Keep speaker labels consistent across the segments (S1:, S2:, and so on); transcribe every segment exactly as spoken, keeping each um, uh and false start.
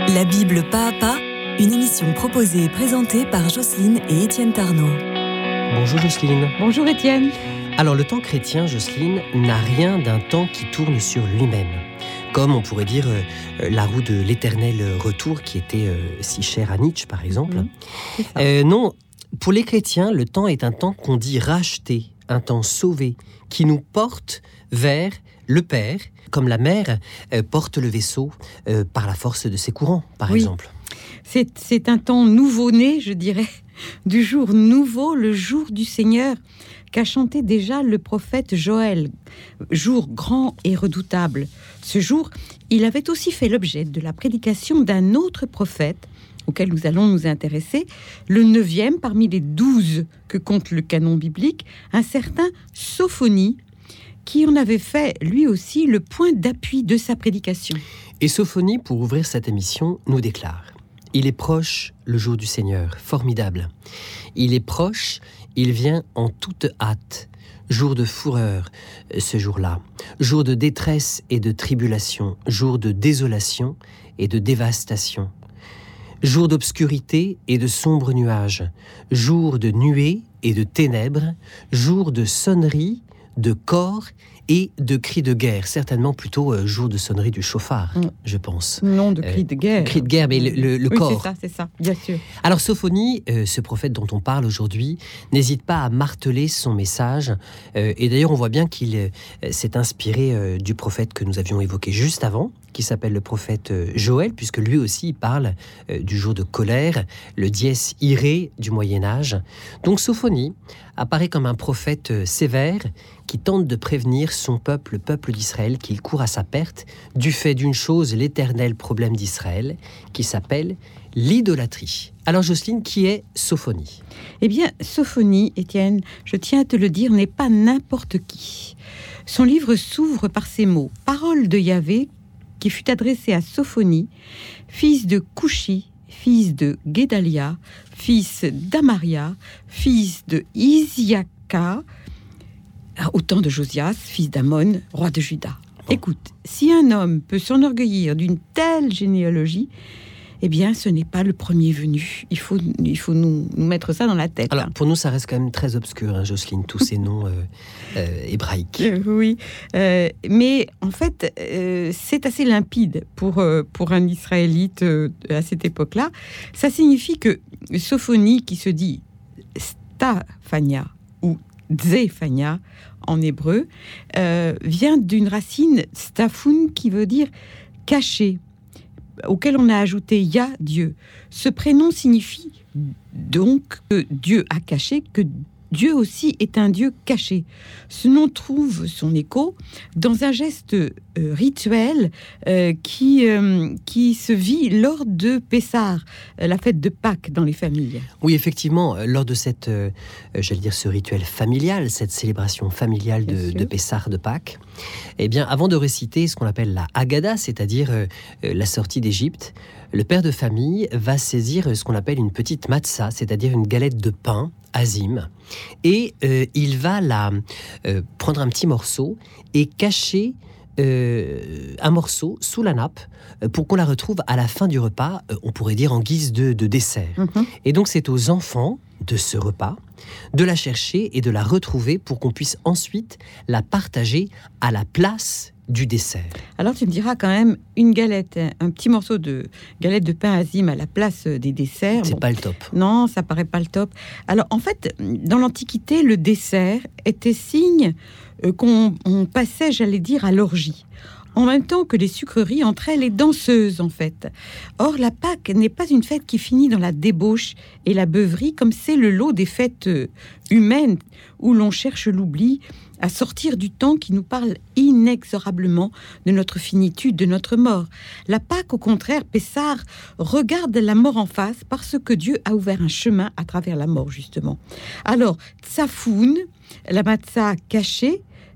S1: La Bible pas à pas, une émission proposée et présentée par Jocelyne et Étienne Tarnot.
S2: Bonjour Jocelyne.
S3: Bonjour Étienne.
S2: Alors le temps chrétien, Jocelyne, n'a rien d'un temps qui tourne sur lui-même. Comme on pourrait dire euh, la roue de l'éternel retour qui était euh, si chère à Nietzsche par exemple.
S3: Mmh, c'est ça.
S2: Euh, non, pour les chrétiens, le temps est un temps qu'on dit racheté, un temps sauvé, qui nous porte vers le Père, comme la mer euh, porte le vaisseau euh, par la force de ses courants, par
S3: Oui.
S2: exemple.
S3: C'est, c'est un temps nouveau-né, je dirais, du jour nouveau, le jour du Seigneur, qu'a chanté déjà le prophète Joël. Jour grand et redoutable. Ce jour, il avait aussi fait l'objet de la prédication d'un autre prophète, auquel nous allons nous intéresser, le neuvième parmi les douze que compte le canon biblique, un certain Sophonie, qui en avait fait lui aussi le point d'appui de sa prédication.
S2: Et Sophonie, pour ouvrir cette émission, nous déclare « Il est proche le jour du Seigneur, formidable. Il est proche, il vient en toute hâte. Jour de fureur, ce jour-là. Jour de détresse et de tribulation. Jour de désolation et de dévastation. Jour d'obscurité et de sombres nuages. Jour de nuées et de ténèbres. Jour de sonnerie, de corps et de cris de guerre. Certainement plutôt euh, jour de sonnerie du chauffard,
S3: Mm.
S2: je pense.
S3: Non de cri de guerre.
S2: Cri de guerre, mais le, le- le
S3: oui,
S2: corps.
S3: c'est ça, c'est ça, bien sûr.
S2: Alors Sophonie, euh, ce prophète dont on parle aujourd'hui, n'hésite pas à marteler son message. Euh, et d'ailleurs, on voit bien qu'il euh, s'est inspiré euh, du prophète que nous avions évoqué juste avant, qui s'appelle le prophète euh, Joël, puisque lui aussi il parle euh, du jour de colère, le dies irae du Moyen-Âge. Donc Sophonie apparaît comme un prophète euh, sévère qui tente de prévenir son peuple, le peuple d'Israël, qu'il court à sa perte du fait d'une chose, l'éternel problème d'Israël, qui s'appelle l'idolâtrie. Alors Jocelyne, qui est Sophonie ?
S3: Eh bien, Sophonie, Étienne, je tiens à te le dire, n'est pas n'importe qui. Son livre s'ouvre par ces mots « Parole de Yahvé » qui fut adressée à Sophonie, fils de Couchi, fils de Guédalia, fils d'Amaria, fils de Isiaka, au temps de Josias, fils d'Amon, roi de Juda.
S2: Bon.
S3: Écoute, si un homme peut s'enorgueillir d'une telle généalogie, eh bien, ce n'est pas le premier venu. Il faut, il faut nous, nous mettre ça dans la tête.
S2: Alors
S3: hein.
S2: pour nous, ça reste quand même très obscur, hein, Jocelyne, tous ces noms euh, euh, hébraïques.
S3: Euh, oui, Euh, mais en fait, euh, c'est assez limpide pour, euh, pour un Israélite euh, à cette époque-là. Ça signifie que Sophonie, qui se dit Staphania ou Zéphania en hébreu, euh, vient d'une racine Staphoun qui veut dire caché, auquel on a ajouté Ya, Dieu. Ce prénom signifie donc que Dieu a caché, que Dieu aussi est un Dieu caché. Ce nom trouve son écho dans un geste euh, rituel euh, qui, euh, qui se vit lors de Pessah, euh, la fête de Pâques dans les familles.
S2: Oui, effectivement, euh, lors de cette, euh, euh, j'allais dire, ce rituel familial, cette célébration familiale
S3: Bien
S2: de,
S3: sûr.
S2: de Pessah, de Pâques, eh bien, avant de réciter ce qu'on appelle la Haggadah, c'est-à-dire euh, euh, la sortie d'Égypte, le père de famille va saisir ce qu'on appelle une petite matzah, c'est-à-dire une galette de pain, azim, et euh, il va la euh, prendre un petit morceau et cacher euh, un morceau sous la nappe euh, pour qu'on la retrouve à la fin du repas, euh, on pourrait dire en guise de, de dessert.
S3: Mhm.
S2: Et donc c'est aux enfants de ce repas de la chercher et de la retrouver pour qu'on puisse ensuite la partager à la place du dessert.
S3: Alors tu me diras quand même une galette, un petit morceau de galette de pain azim à la place des desserts.
S2: C'est
S3: Bon,
S2: pas le top.
S3: non, ça paraît pas le top. Alors en fait, dans l'Antiquité, le dessert était signe euh, qu'on on passait, j'allais dire, à l'orgie. En même temps que les sucreries entraient les danseuses, en fait. Or, la Pâque n'est pas une fête qui finit dans la débauche et la beuverie, comme c'est le lot des fêtes euh, humaines, où l'on cherche l'oubli, à sortir du temps qui nous parle inexorablement de notre finitude, de notre mort. La Pâque, au contraire, Pessah, regarde la mort en face parce que Dieu a ouvert un chemin à travers la mort, justement. Alors, Tsafoun, la matzah cachée,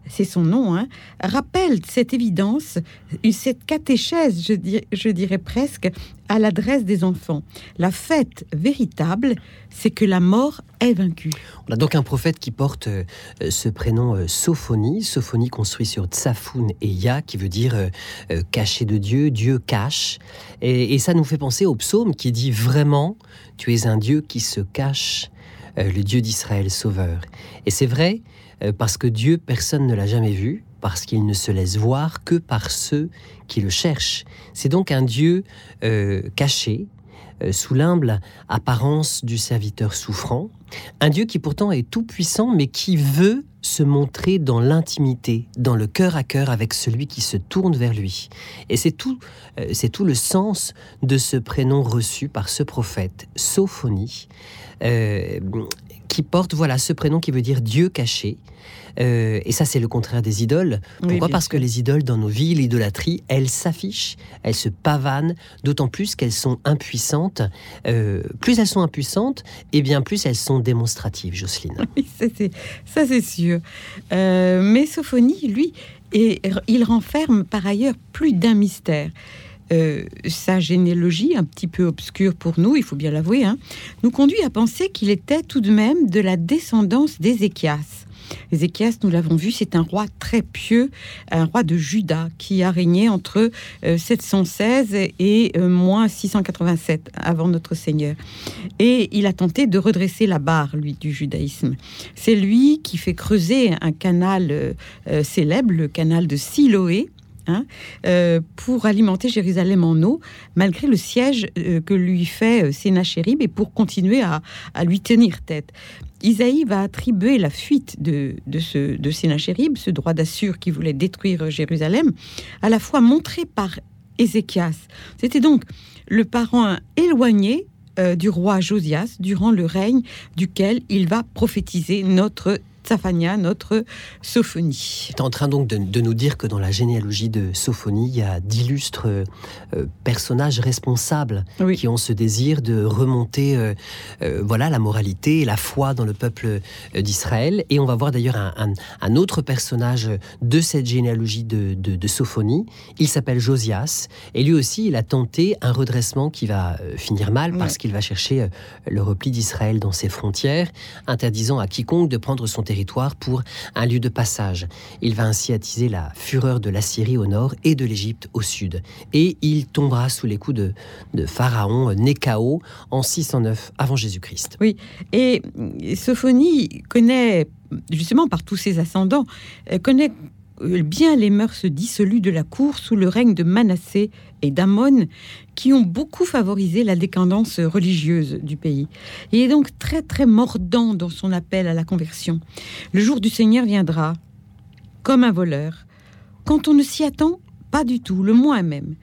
S3: c'est son nom, hein, rappelle cette évidence, cette catéchèse, je, dir, je dirais presque, à l'adresse des enfants. La fête véritable, c'est que la mort est vaincue.
S2: On a donc un prophète qui porte euh, ce prénom euh, Sophonie, Sophonie construit sur Tsafoun et Ya, qui veut dire euh, euh, caché de Dieu, Dieu cache. Et, et ça nous fait penser au psaume qui dit vraiment, tu es un Dieu qui se cache, euh, le Dieu d'Israël sauveur. Et c'est vrai, euh, parce que Dieu, personne ne l'a jamais vu, parce qu'il ne se laisse voir que par ceux qui le cherchent. C'est donc un Dieu euh, caché, euh, sous l'humble apparence du serviteur souffrant, un Dieu qui pourtant est tout-puissant, mais qui veut se montrer dans l'intimité, dans le cœur à cœur avec celui qui se tourne vers lui. Et c'est tout, euh, c'est tout le sens de ce prénom reçu par ce prophète, Sophonie, euh, qui porte voilà, ce prénom qui veut dire Dieu caché. Euh, et ça, c'est le contraire des idoles. Pourquoi ?
S3: Oui,
S2: Parce
S3: sûr.
S2: que les idoles, dans nos vies, l'idolâtrie, elles s'affichent, elles se pavanent, d'autant plus qu'elles sont impuissantes. Euh, plus elles sont impuissantes, et bien plus elles sont démonstratives, Jocelyne.
S3: Oui, ça c'est, ça, c'est sûr. Euh, mais Sophonie, lui, et, il renferme par ailleurs plus d'un mystère. Euh, sa généalogie, un petit peu obscure pour nous, il faut bien l'avouer, hein, nous conduit à penser qu'il était tout de même de la descendance d'Ézéchias. Ézéchias, nous l'avons vu, c'est un roi très pieux, un roi de Juda qui a régné entre euh, sept cent seize et euh, moins six cent quatre-vingt-sept avant notre Seigneur. Et il a tenté de redresser la barre, lui, du judaïsme. C'est lui qui fait creuser un canal euh, euh, célèbre, le canal de Siloé, Hein, euh, pour alimenter Jérusalem en eau, malgré le siège euh, que lui fait euh, Sénachérib, et pour continuer à, à lui tenir tête. Isaïe va attribuer la fuite de, de, ce, de Sénachérib, ce droit d'Assur qui voulait détruire Jérusalem, à la fois montré par Ézéchias. C'était donc le parent éloigné euh, du roi Josias, durant le règne duquel il va prophétiser notre Tsaphania, notre Sophonie.
S2: Tu es en train donc de, de nous dire que dans la généalogie de Sophonie, il y a d'illustres euh, personnages responsables
S3: Oui.
S2: qui ont ce désir de remonter euh, euh, voilà, la moralité et la foi dans le peuple euh, d'Israël. Et on va voir d'ailleurs un, un, un autre personnage de cette généalogie de, de, de Sophonie. Il s'appelle Josias. Et lui aussi, il a tenté un redressement qui va euh, finir mal parce
S3: Oui.
S2: qu'il va chercher euh, le repli d'Israël dans ses frontières, interdisant à quiconque de prendre son territoire pour un lieu de passage. Il va ainsi attiser la fureur de l'Assyrie au nord et de l'Égypte au sud. Et il tombera sous les coups de, de Pharaon Néchao en six cent neuf avant Jésus-Christ.
S3: Oui, et Sophonie connaît, justement par tous ses ascendants, connaît bien les mœurs dissolues de la cour sous le règne de Manassé et d'Amon, qui ont beaucoup favorisé la décadence religieuse du pays. Il est donc très très mordant dans son appel à la conversion. Le jour du Seigneur viendra, comme un voleur, quand on ne s'y attend pas du tout, le moins même.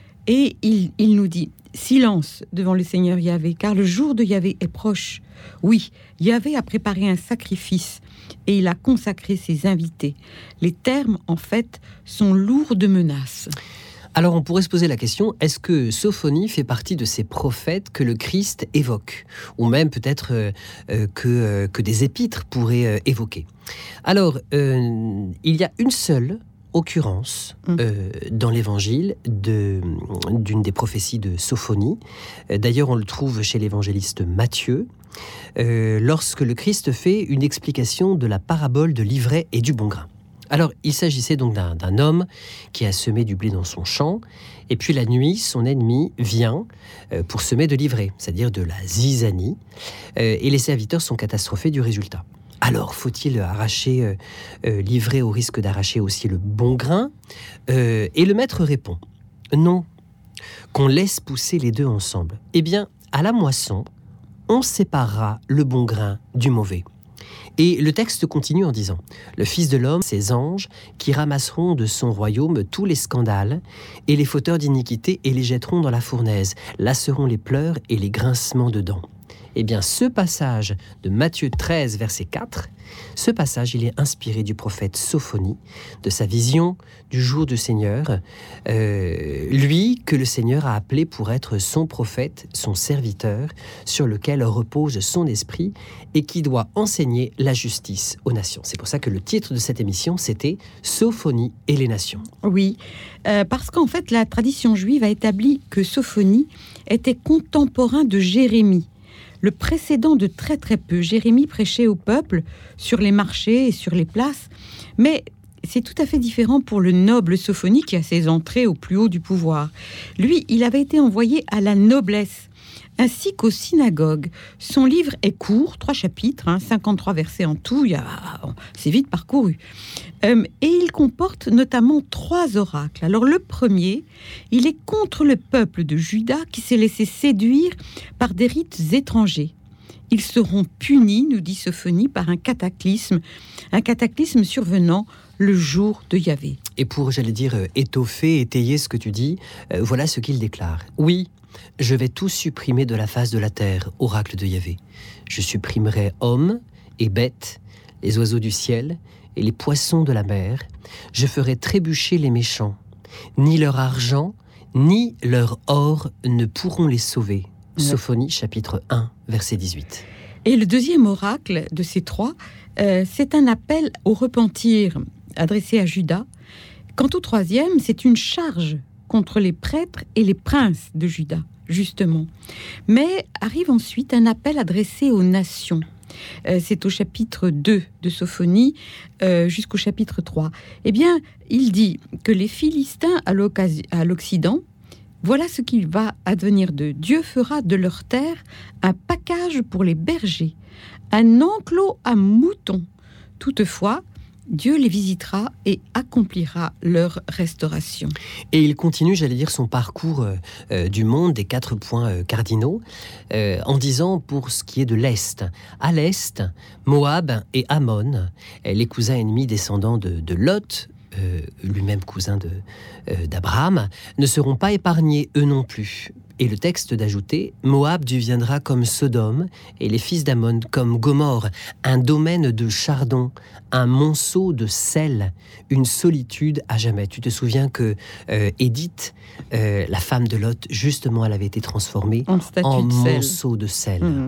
S3: Et il, il nous dit, silence devant le Seigneur Yahvé, car le jour de Yahvé est proche. Oui, Yahvé a préparé un sacrifice et il a consacré ses invités. Les termes, en fait, sont lourds de menaces.
S2: Alors on pourrait se poser la question, est-ce que Sophonie fait partie de ces prophètes que le Christ évoque ? Ou même peut-être euh, euh, que, euh, que des épîtres pourraient euh, évoquer. Alors, euh, il y a une seule occurrence euh, dans l'évangile de, d'une des prophéties de Sophonie. D'ailleurs, on le trouve chez l'évangéliste Matthieu, euh, lorsque le Christ fait une explication de la parabole de l'ivraie et du bon grain. Alors, il s'agissait donc d'un, d'un homme qui a semé du blé dans son champ, et puis la nuit, son ennemi vient euh, pour semer de l'ivraie, c'est-à-dire de la zizanie, euh, et les serviteurs sont catastrophés du résultat. Alors, faut-il arracher euh, euh, l'ivraie au risque d'arracher aussi le bon grain ? euh, Et le maître répond, non, qu'on laisse pousser les deux ensemble. Eh bien, à la moisson, on séparera le bon grain du mauvais. Et le texte continue en disant « Le Fils de l'homme, ses anges, qui ramasseront de son royaume tous les scandales et les fauteurs d'iniquité et les jetteront dans la fournaise. Là seront les pleurs et les grincements de dents. » Eh bien, ce passage de Matthieu treize, verset quatre, Ce passage, il est inspiré du prophète Sophonie, de sa vision du jour du Seigneur, euh, lui que le Seigneur a appelé pour être son prophète, son serviteur, sur lequel repose son esprit et qui doit enseigner la justice aux nations. C'est pour ça que le titre de cette émission, c'était « Sophonie et les nations ».
S3: Oui, euh, parce qu'en fait, la tradition juive a établi que Sophonie était contemporain de Jérémie. Le précédent de très très peu, Jérémie prêchait au peuple sur les marchés et sur les places, mais c'est tout à fait différent pour le noble Sophonie qui a ses entrées au plus haut du pouvoir. Lui, il avait été envoyé à la noblesse, ainsi qu'aux synagogues. Son livre est court, trois chapitres, hein, cinquante-trois versets en tout, il y a, c'est vite parcouru. Euh, et il comporte notamment trois oracles. Alors le premier, il est contre le peuple de Juda qui s'est laissé séduire par des rites étrangers. Ils seront punis, nous dit Sophonie, par un cataclysme, un cataclysme survenant le jour de Yahvé.
S2: Et pour, j'allais dire, étoffer, étayer ce que tu dis, euh, voilà ce qu'il déclare. Oui, je vais tout supprimer de la face de la terre, oracle de Yahvé. Je supprimerai hommes et bêtes, les oiseaux du ciel et les poissons de la mer. Je ferai trébucher les méchants. Ni leur argent, ni leur or ne pourront les sauver. Ouais. Sophonie, chapitre un, verset dix-huit.
S3: Et le deuxième oracle de ces trois, euh, c'est un appel au repentir adressé à Juda. Quant au troisième, c'est une charge contre les prêtres et les princes de Juda, justement. Mais arrive ensuite un appel adressé aux nations. Euh, c'est au chapitre deux de Sophonie euh, jusqu'au chapitre trois. Eh bien, il dit que les Philistins à, à l'Occident, voilà ce qu'il va advenir d'eux. Dieu fera de leur terre un pacage pour les bergers, un enclos à moutons. Toutefois, Dieu les visitera et accomplira leur restauration.
S2: Et il continue, j'allais dire, son parcours euh, du monde des quatre points euh, cardinaux euh, en disant pour ce qui est de l'Est. À l'Est, Moab et Ammon, les cousins ennemis descendants de, de Lot, euh, lui-même cousin de, euh, d'Abraham, ne seront pas épargnés, eux non plus. Et le texte d'ajouter, Moab deviendra comme Sodome et les fils d'Ammon comme Gomorrhe, un domaine de chardon, un monceau de sel, une solitude à jamais. Tu te souviens que euh, Édith, euh, la femme de Lot, justement, elle avait été transformée en, en de monceau de sel. Mmh.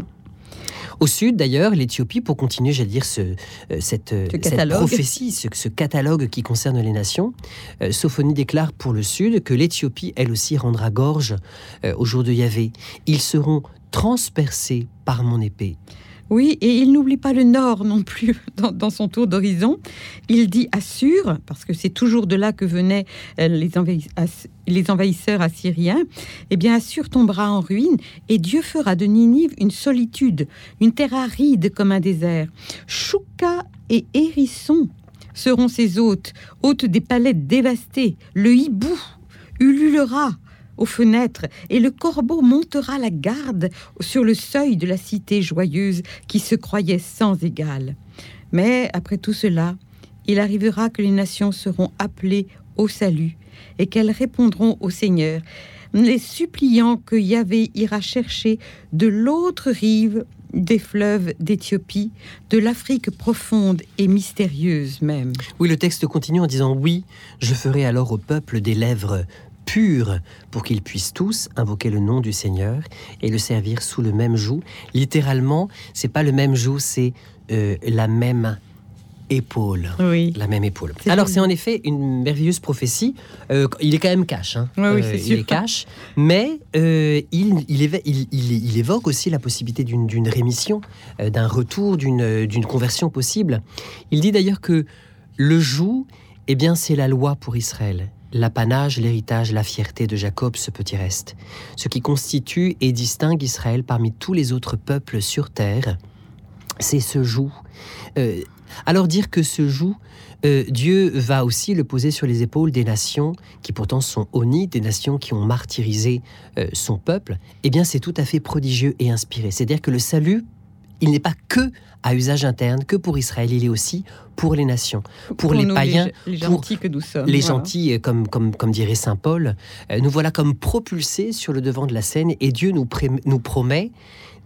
S2: Au sud, d'ailleurs, l'Éthiopie, pour continuer, j'allais dire, ce, euh, cette, cette prophétie, ce, ce catalogue qui concerne les nations, euh, Sophonie déclare pour le sud que l'Éthiopie, elle aussi, rendra gorge euh, au jour de Yahvé. Ils seront transpercés par mon épée.
S3: Oui, et il n'oublie pas le nord non plus dans, dans son tour d'horizon. Il dit Assur, parce que c'est toujours de là que venaient les, envahiss- les envahisseurs assyriens. Eh bien, Assur tombera en ruine et Dieu fera de Ninive une solitude, une terre aride comme un désert. Chouka et Hérisson seront ses hôtes, hôtes des palais dévastés. Le hibou ululera aux fenêtres, et le corbeau montera la garde sur le seuil de la cité joyeuse qui se croyait sans égal. Mais après tout cela, il arrivera que les nations seront appelées au salut et qu'elles répondront au Seigneur, les suppliant que Yahvé ira chercher de l'autre rive des fleuves d'Éthiopie, de l'Afrique profonde et mystérieuse même.
S2: Oui, le texte continue en disant « Oui, je ferai alors au peuple des lèvres pur pour qu'ils puissent tous invoquer le nom du Seigneur et le servir sous le même joug. » Littéralement, c'est pas le même joug, c'est euh, la même épaule.
S3: Oui.
S2: La même épaule. C'est Alors, c'est en effet une merveilleuse prophétie. Euh, il est quand même cash. Hein.
S3: Oui, oui,
S2: euh,
S3: c'est
S2: il
S3: sûr.
S2: est cash. Mais euh, il, il, éve- il, il, il évoque aussi la possibilité d'une, d'une rémission, euh, d'un retour, d'une, d'une conversion possible. Il dit d'ailleurs que le joug, eh bien, c'est la loi pour Israël. L'apanage, l'héritage, la fierté de Jacob, ce petit reste. Ce qui constitue et distingue Israël parmi tous les autres peuples sur terre, c'est ce joug. Euh, alors dire que ce joug, euh, Dieu va aussi le poser sur les épaules des nations qui pourtant sont honnies, des nations qui ont martyrisé euh, son peuple, eh bien c'est tout à fait prodigieux et inspiré. C'est-à-dire que le salut, il n'est pas que à usage interne, que pour Israël, il est aussi pour les nations, pour,
S3: pour
S2: les
S3: nous,
S2: païens,
S3: les, les
S2: pour
S3: gentils que nous sommes.
S2: les
S3: voilà.
S2: gentils, comme, comme, comme dirait saint Paul. Euh, nous voilà comme propulsés sur le devant de la scène et Dieu nous, pré- nous promet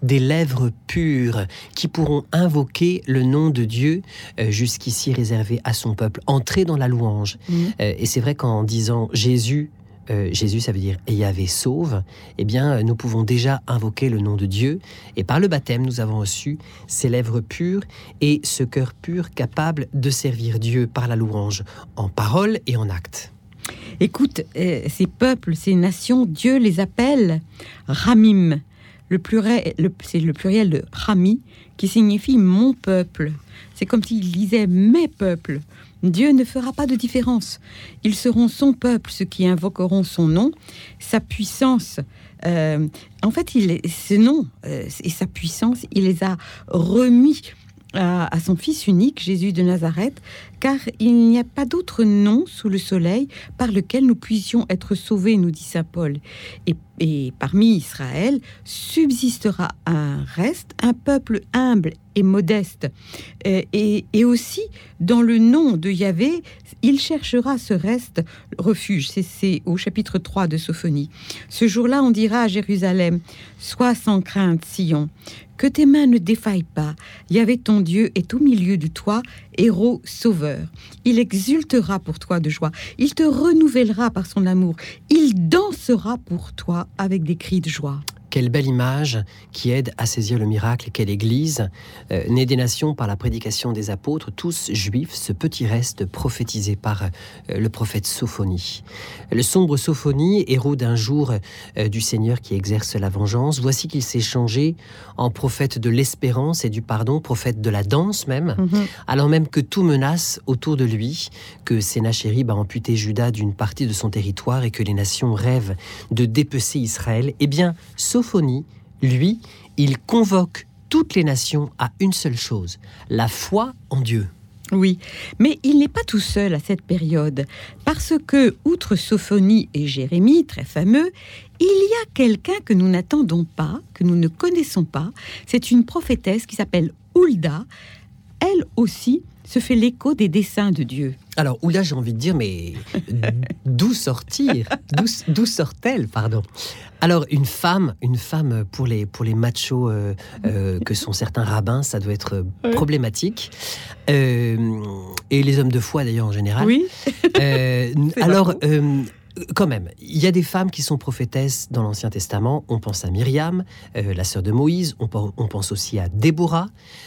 S2: des lèvres pures qui pourront invoquer le nom de Dieu euh, jusqu'ici réservé à son peuple, entrer dans la louange. Mmh. Euh, et c'est vrai qu'en disant Jésus, Euh, Jésus, ça veut dire Yahvé sauve, eh bien, nous pouvons déjà invoquer le nom de Dieu. Et par le baptême, nous avons reçu ces lèvres pures et ce cœur pur capable de servir Dieu par la louange, en parole et en acte.
S3: Écoute, euh, ces peuples, ces nations, Dieu les appelle Ramim. Le pluriel, le, c'est le pluriel de Rami, qui signifie mon peuple. C'est comme s'il disait mes peuples. Dieu ne fera pas de différence. Ils seront son peuple, ceux qui invoqueront son nom, sa puissance. Euh, en fait, il, ce nom euh, et sa puissance, il les a remis à, à son Fils unique, Jésus de Nazareth, car il n'y a pas d'autre nom sous le soleil par lequel nous puissions être sauvés, nous dit saint Paul. Et, et parmi Israël subsistera un reste, un peuple humble et modeste. Et, et, et aussi, dans le nom de Yahvé, il cherchera ce reste refuge. C'est, c'est au chapitre trois de Sophonie. Ce jour-là, on dira à Jérusalem, « Sois sans crainte, Sion, que tes mains ne défaillent pas. Yahvé ton Dieu est au milieu de toi, héros sauveur. Il exultera pour toi de joie. Il te renouvellera par son amour. Il dansera pour toi avec des cris de joie. »
S2: Quelle belle image qui aide à saisir le miracle. Quelle Église, euh, née des nations par la prédication des apôtres, tous juifs, ce petit reste prophétisé par euh, le prophète Sophonie. Le sombre Sophonie, héros d'un jour euh, du Seigneur qui exerce la vengeance, voici qu'il s'est changé en prophète de l'espérance et du pardon, prophète de la danse même, mm-hmm. alors même que tout menace autour de lui, que Sénachérib a amputé Juda d'une partie de son territoire et que les nations rêvent de dépecer Israël. Eh bien, Sophonie, lui, il convoque toutes les nations à une seule chose, la foi en Dieu.
S3: Oui, mais il n'est pas tout seul à cette période, parce que, outre Sophonie et Jérémie, très fameux, il y a quelqu'un que nous n'attendons pas, que nous ne connaissons pas. C'est une prophétesse qui s'appelle Hulda. Elle aussi se fait l'écho des desseins de Dieu.
S2: Alors, Hulda, j'ai envie de dire, mais d'où sortir D'où, d'où sort-elle, pardon Alors, une femme, une femme pour les, pour les machos euh, euh, que sont certains rabbins, ça doit être problématique. Euh, et les hommes de foi, d'ailleurs, en général.
S3: Oui.
S2: Euh, alors... Euh, Quand même, il y a des femmes qui sont prophétesses dans l'Ancien Testament. On pense à Myriam, euh, la sœur de Moïse. On, on pense aussi à Déborah.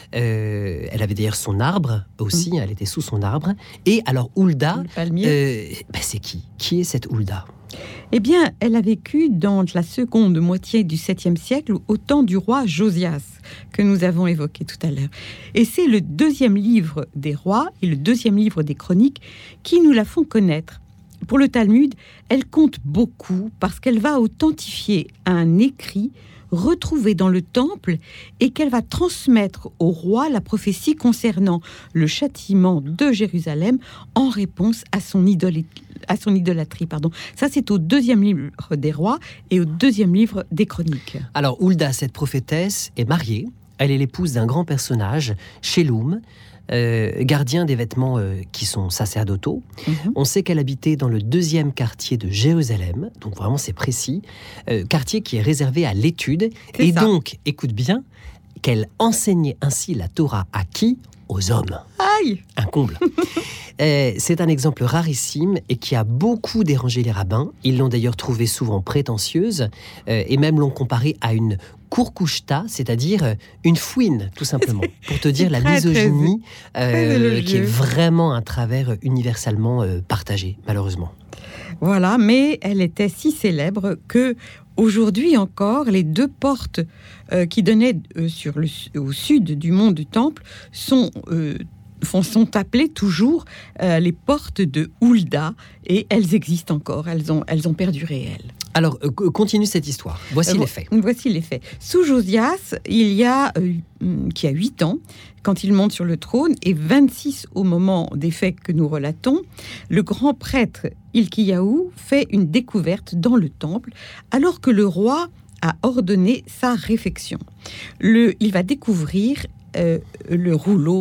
S2: Euh, elle avait d'ailleurs son arbre aussi. Mmh. Elle était sous son arbre. Et alors, Hulda, euh, bah c'est qui Qui est cette Hulda ?
S3: Eh bien, elle a vécu dans la seconde moitié du septième siècle, au temps du roi Josias, que nous avons évoqué tout à l'heure. Et c'est le deuxième livre des rois et le deuxième livre des chroniques qui nous la font connaître. Pour le Talmud, elle compte beaucoup parce qu'elle va authentifier un écrit retrouvé dans le temple et qu'elle va transmettre au roi la prophétie concernant le châtiment de Jérusalem en réponse à son, idolé- à son idolâtrie. Pardon. Ça, c'est au deuxième livre des rois et au deuxième livre des chroniques.
S2: Alors, Hulda, cette prophétesse, est mariée. Elle est l'épouse d'un grand personnage, Shélum, Euh, gardien des vêtements euh, qui sont sacerdotaux. Mmh. On sait qu'elle habitait dans le deuxième quartier de Jérusalem, donc vraiment c'est précis, euh, quartier qui est réservé à l'étude, c'est et ça. Donc, écoute bien, qu'elle enseignait ainsi la Torah à qui ? Aux hommes.
S3: Aïe !
S2: Un comble. euh, c'est un exemple rarissime et qui a beaucoup dérangé les rabbins. Ils l'ont d'ailleurs trouvée souvent prétentieuse euh, et même l'ont comparée à une kourkouchta, c'est-à-dire une fouine, tout simplement, pour te dire la
S3: très,
S2: misogynie
S3: très,
S2: euh,
S3: très
S2: qui est vraiment un travers universellement euh, partagé, malheureusement.
S3: Voilà, mais elle était si célèbre que aujourd'hui encore, les deux portes euh, qui donnaient euh, sur le, au sud du mont du Temple sont, euh, sont appelées toujours euh, les portes de Hulda, et elles existent encore, elles ont, elles ont perduré, elles.
S2: Alors, euh, continue cette histoire. Voici euh, les faits.
S3: Voici les faits. Sous Josias, il y a, euh, qui a huit ans, quand il monte sur le trône, et vingt-six au moment des faits que nous relatons, le grand prêtre Hilkiyahu fait une découverte dans le temple, alors que le roi a ordonné sa réfection. Le, il va découvrir euh, le rouleau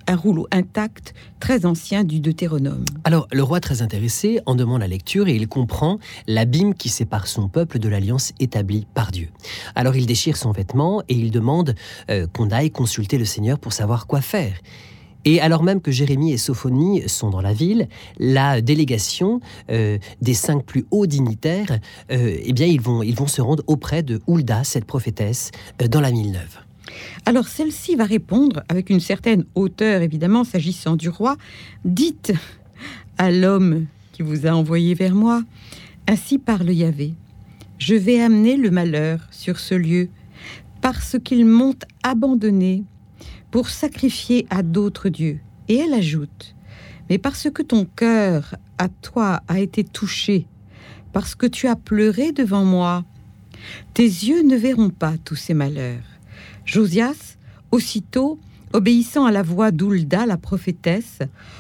S3: un rouleau intact, très ancien du Deutéronome.
S2: Alors, le roi, très intéressé, en demande la lecture et il comprend l'abîme qui sépare son peuple de l'alliance établie par Dieu. Alors, il déchire son vêtement et il demande euh, qu'on aille consulter le Seigneur pour savoir quoi faire. Et alors même que Jérémie et Sophonie sont dans la ville, la délégation euh, des cinq plus hauts dignitaires, euh, eh bien, ils vont, ils vont se rendre auprès de Hulda, cette prophétesse, euh, dans la ville neuve.
S3: Alors celle-ci va répondre avec une certaine hauteur, évidemment, s'agissant du roi. « Dites à l'homme qui vous a envoyé vers moi, ainsi parle Yahvé, je vais amener le malheur sur ce lieu, parce qu'ils m'ont abandonné pour sacrifier à d'autres dieux. » Et elle ajoute, « Mais parce que ton cœur à toi a été touché, parce que tu as pleuré devant moi, tes yeux ne verront pas tous ces malheurs. » Josias, aussitôt, obéissant à la voix d'Hulda, la prophétesse,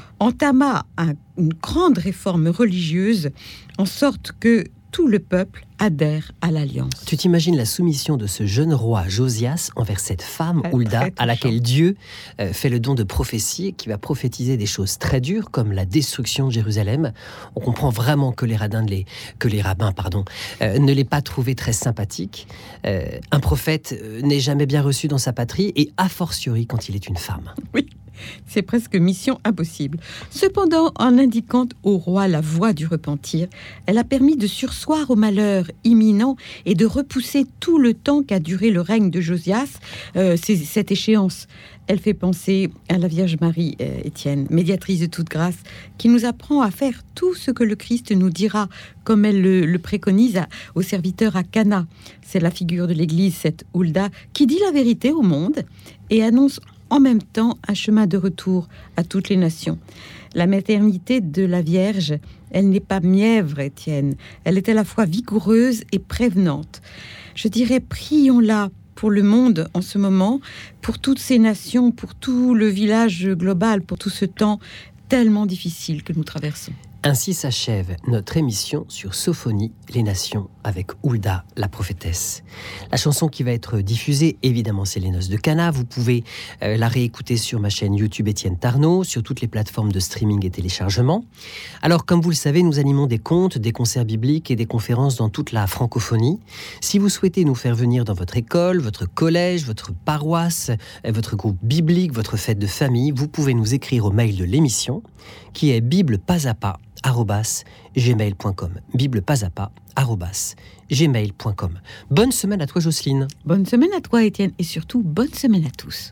S3: entama un, une grande réforme religieuse, en sorte que tout le peuple adhère à l'alliance.
S2: Tu t'imagines la soumission de ce jeune roi Josias envers cette femme,
S3: Très,
S2: Hulda,
S3: très
S2: à laquelle Dieu euh, fait le don de prophétie, qui va prophétiser des choses très dures, comme la destruction de Jérusalem. On comprend vraiment que les, radins, les, que les rabbins pardon, euh, ne l'aient pas trouvé très sympathique. Euh, un prophète euh, n'est jamais bien reçu dans sa patrie, et a fortiori quand il est une femme.
S3: Oui. C'est presque mission impossible. Cependant, en indiquant au roi la voie du repentir, elle a permis de surseoir au malheur imminent et de repousser tout le temps qu'a duré le règne de Josias, euh, c'est, cette échéance. Elle fait penser à la Vierge Marie, euh, Étienne, médiatrice de toute grâce, qui nous apprend à faire tout ce que le Christ nous dira, comme elle le, le préconise à, aux serviteurs à Cana. C'est la figure de l'Église, cette Hulda, qui dit la vérité au monde et annonce en même temps un chemin de retour à toutes les nations. La maternité de la Vierge, elle n'est pas mièvre, Étienne. Elle est à la fois vigoureuse et prévenante. Je dirais, prions-la pour le monde en ce moment, pour toutes ces nations, pour tout le village global, pour tout ce temps tellement difficile que nous traversons.
S2: Ainsi s'achève notre émission sur Sophonie, les nations, avec Hulda, la prophétesse. La chanson qui va être diffusée, évidemment, c'est Les Noces de Cana. Vous pouvez euh, la réécouter sur ma chaîne YouTube Étienne Tarnot, sur toutes les plateformes de streaming et téléchargement. Alors, comme vous le savez, nous animons des contes, des concerts bibliques et des conférences dans toute la francophonie. Si vous souhaitez nous faire venir dans votre école, votre collège, votre paroisse, votre groupe biblique, votre fête de famille, vous pouvez nous écrire au mail de l'émission, qui est bible pas à pas arobase gmail point com. bible pas à pas arobase gmail point com. Bonne semaine à toi, Jocelyne.
S3: Bonne semaine à toi, Étienne, et surtout bonne semaine à tous.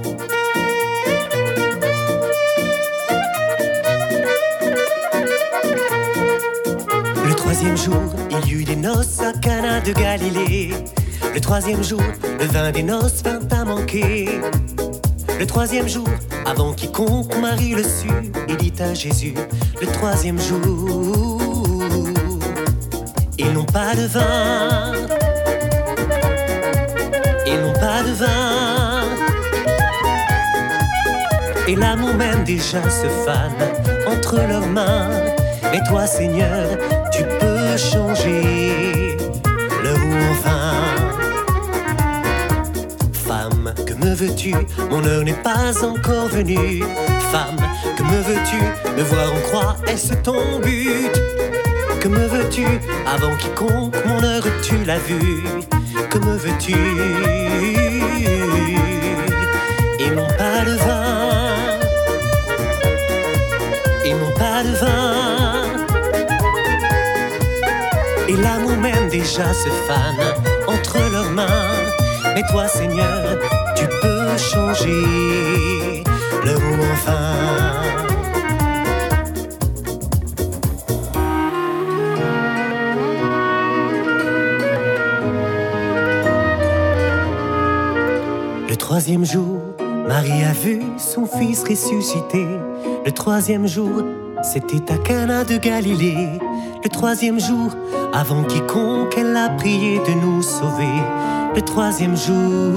S4: Le troisième jour, il y eut des noces à Cana de Galilée. Le troisième jour, le vin des noces vint à manquer. Le troisième jour, avant quiconque Marie le sut, il dit à Jésus, le troisième jour, ils n'ont pas de vin, ils n'ont pas de vin. Et l'amour même déjà se fane entre leurs mains. Mais toi, Seigneur, tu peux changer le roux en vin. Femme, que me veux-tu? Mon heure n'est pas encore venue. Femme, que me veux-tu? Me voir en croix, est-ce ton but? Que me veux-tu? Avant quiconque, mon heure tu l'as vue. Que me veux-tu? Ils n'ont pas de vin. Ils n'ont pas de vin. Et l'amour même déjà se fane entre leurs mains. Mais toi, Seigneur, tu peux changer le roux en vin. Le troisième jour, Marie a vu son fils ressuscité. Le troisième jour, c'était à Cana de Galilée. Le troisième jour, avant quiconque, elle a prié de nous sauver. Le troisième jour,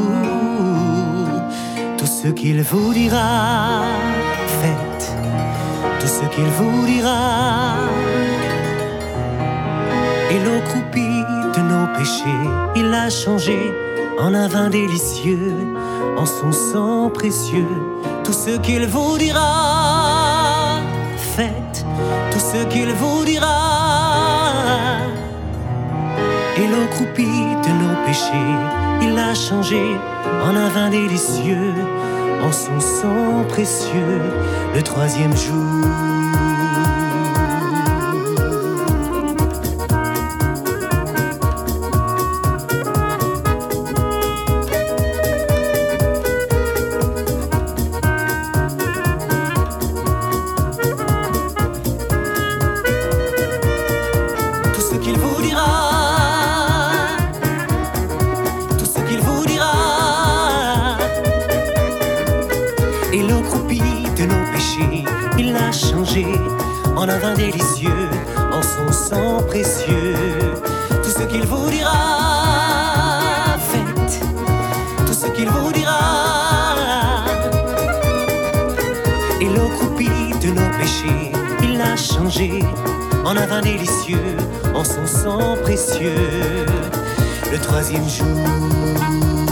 S4: tout ce qu'il vous dira, faites tout ce qu'il vous dira. Et l'eau croupie de nos péchés, il a changé en un vin délicieux, en son sang précieux, tout ce qu'il vous dira. Faites tout ce qu'il vous dira. Et l'eau croupie de nos péchés, il l'a changé en un vin délicieux, en son sang précieux, le troisième jour. En un vin délicieux, en son sang précieux, tout ce qu'il vous dira. Faites tout ce qu'il vous dira. Et l'eau croupie de nos péchés, il l'a changé en un vin délicieux, en son sang précieux, le troisième jour.